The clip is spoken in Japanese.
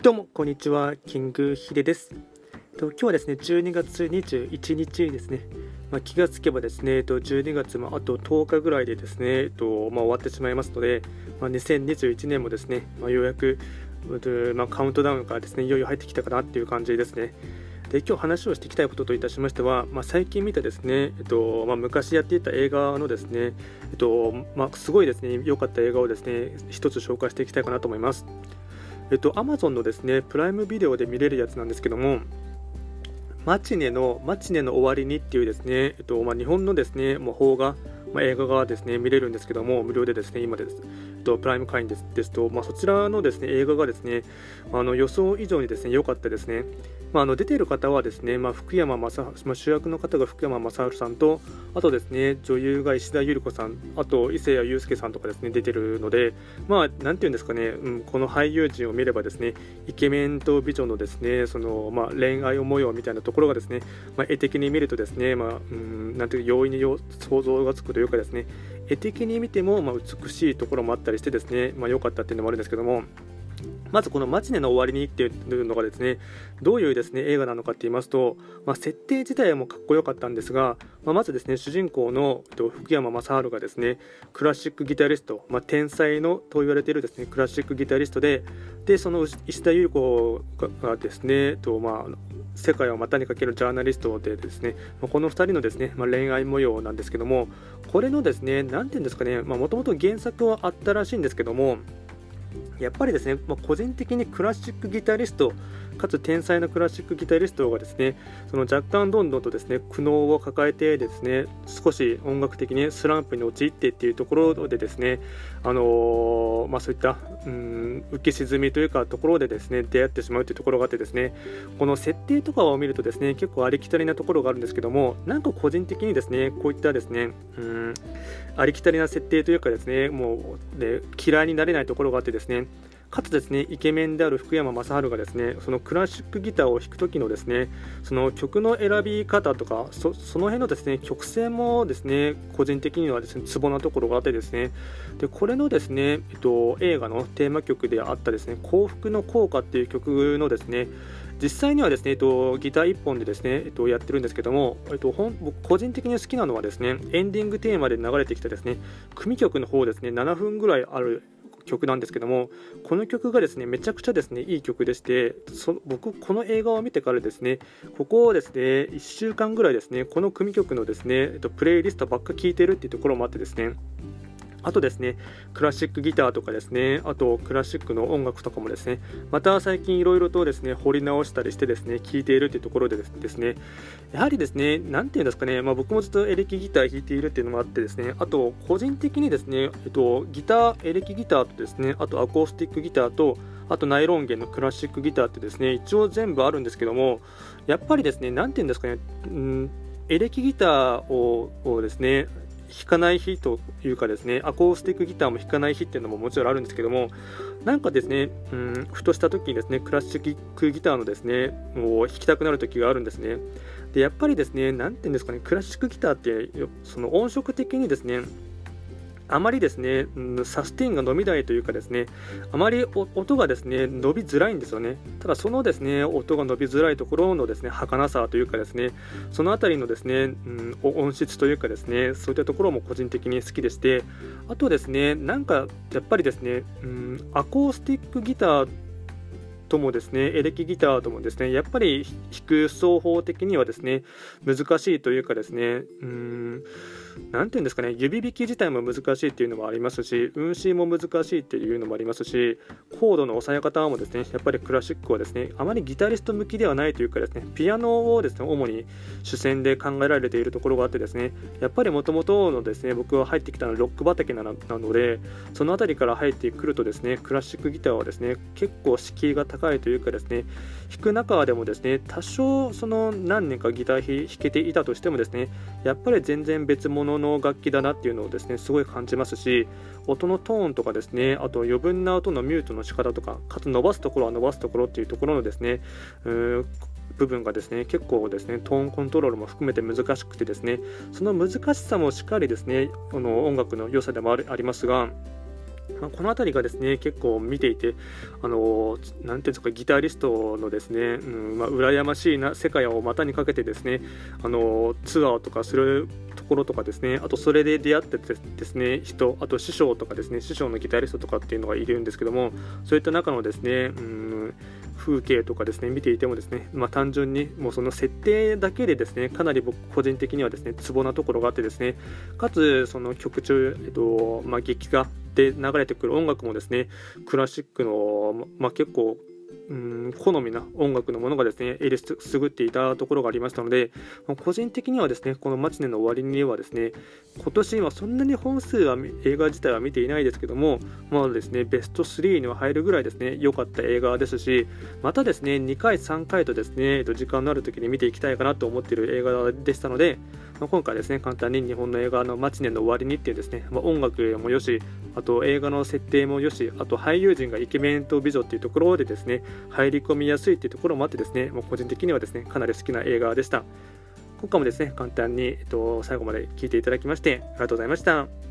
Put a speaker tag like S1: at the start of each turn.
S1: どうもこんにちは、キングヒデです。今日はですね、12月21日ですね。気がつけばですね、12月もあと10日ぐらいでですね、終わってしまいますので、2021年もですね、ようやく、カウントダウンがですね、いよいよ入ってきたかなっていう感じですね。で、今日話をしていきたいことといたしましては、最近見たですね、昔やっていた映画のですね、すごいですね、良かった映画をですね、一つ紹介していきたいかなと思います。Amazon のですね、プライムビデオで見れるやつなんですけども、マチネの終わりにっていうですね、日本のですね、邦画、映画がですね、見れるんですけども、無料でですね、今です。プライム会員ですと、そちらのですね、映画がですね、予想以上にですね、良かったですね。出ている方はですね、福山雅治、主役の方が福山雅治さんと、あとですね、女優が石田ゆり子さん、あと伊勢谷友介さんとかですね、出てるので、なんていうんですかね、この俳優陣を見ればですね、イケメンと美女のですね、恋愛模様みたいなところがですね、絵的に見るとですね、なんていう容易に想像がつくというかですね、絵的に見ても美しいところもあったりしてですね、良かったっていうのもあるんですけども、まずこのマチネの終わりにっていうのがですね、どういうですね映画なのかって言いますと、設定自体もかっこよかったんですが、まずですね主人公の福山雅治がですねクラシックギタリスト、天才のと言われているですねクラシックギタリストで、その石田ゆり子がですね世界を股にかけるジャーナリストでですね、この2人のですね、恋愛模様なんですけども、これのですね、なんていうんですかね、もともと原作はあったらしいんですけども、やっぱりですね、個人的にクラシックギタリストかつ天才のクラシックギタリストがですね、その若干どんどんとですね苦悩を抱えてですね、少し音楽的にスランプに陥ってっていうところでですね、そういった浮き沈みというかところでですね出会ってしまうというところがあってですね、この設定とかを見るとですね結構ありきたりなところがあるんですけども、なんか個人的にですねこういったですねありきたりな設定というかですね、もうで嫌いになれないところがあってですね、かつですねイケメンである福山雅治がですねそのクラシックギターを弾く時のですねその曲の選び方とかその辺のですね曲線もですね個人的にはですねツボなところがあってですね、でこれのですね、映画のテーマ曲であったですね幸福の効果っていう曲のですね、実際にはですね、ギター1本でですね、やってるんですけども、僕個人的に好きなのはですね、エンディングテーマで流れてきたですね、組曲の方ですね、7分ぐらいある曲なんですけども、この曲がですね、めちゃくちゃですね、いい曲でして、僕、この映画を見てからですね、ここですね、1週間ぐらいですね、この組曲のですね、プレイリストばっか聴いてるっていうところもあってですね、あとですね、クラシックギターとかですね、あとクラシックの音楽とかもですね、また最近いろいろとですね、掘り直したりしてですね、聴いているというところでですね、やはりですね、なんていうんですかね、僕もずっとエレキギター弾いているっていうのもあってですね、あと個人的にですね、エレキギターとですね、あとアコースティックギターと、あとナイロン弦のクラシックギターってですね、一応全部あるんですけども、やっぱりですね、なんていうんですかね、エレキギターをですね、弾かない日というかですね、アコースティックギターも弾かない日っていうのももちろんあるんですけども、なんかですね、ふとした時にですね、クラシックギターのですね、を弾きたくなる時があるんですね。で、やっぱりですね、なんていうんですかね、クラシックギターってその音色的にですね、あまりですね、サスティンが伸びないというかですね、あまり音がですね、伸びづらいんですよね。ただそのですね、音が伸びづらいところのですね、儚さというかですね、そのあたりのですね、音質というかですね、そういったところも個人的に好きでして、あとですね、なんかやっぱりですね、アコースティックギターともですね、エレキギターともですね、やっぱり弾く奏法的にはですね、難しいというかですね、なんていうんですかね、指弾き自体も難しいっていうのもありますし、運指も難しいっていうのもありますし、コードの押さえ方もですね、やっぱりクラシックはですね、あまりギタリスト向きではないというかですね、ピアノをですね、主に主戦で考えられているところがあってですね、やっぱり元々のですね、僕は入ってきたのはロック畑なので、そのあたりから入ってくるとですね、クラシックギターはですね、結構敷居が高いというかですね、弾く中でもですね、多少その何年かギター弾けていたとしてもですね、やっぱり全然別物の楽器だなっていうのをですねすごい感じますし、音のトーンとかですね、あと余分な音のミュートの仕方とか、かつ伸ばすところは伸ばすところっていうところのですね部分がですね結構ですねトーンコントロールも含めて難しくてですね、その難しさもしっかりですね音楽の良さでもありますが、 この辺りがですね結構見ていて、なんていうんですか、ギタリストのですね、羨ましいな世界を股にかけてですね、ツアーとかするところとかですね、あとそれで出会ってですね人、あと師匠とかですね、師匠のギタリストとかっていうのがいるんですけども、そういった中のですね、風景とかですね見ていてもですね、単純にもうその設定だけでですねかなり僕個人的にはですねツボなところがあってですね、かつその曲中、劇画で流れてくる音楽もですねクラシックの、結構好みな音楽のものがですねえりすぐっていたところがありましたので、個人的にはですねこのマチネの終わりにはですね、今年はそんなに本数は映画自体は見ていないですけども、ですねベスト3には入るぐらいですね良かった映画ですし、またですね2回3回とですね時間のある時に見ていきたいかなと思っている映画でしたので、今回ですね簡単に日本の映画のマチネの終わりにっていうですね、音楽もよし、あと映画の設定もよし、あと俳優陣がイケメンと美女っていうところでですね入り込みやすいっていうところもあってですね、個人的にはですねかなり好きな映画でした。今回もですね簡単に、最後まで聞いていただきましてありがとうございました。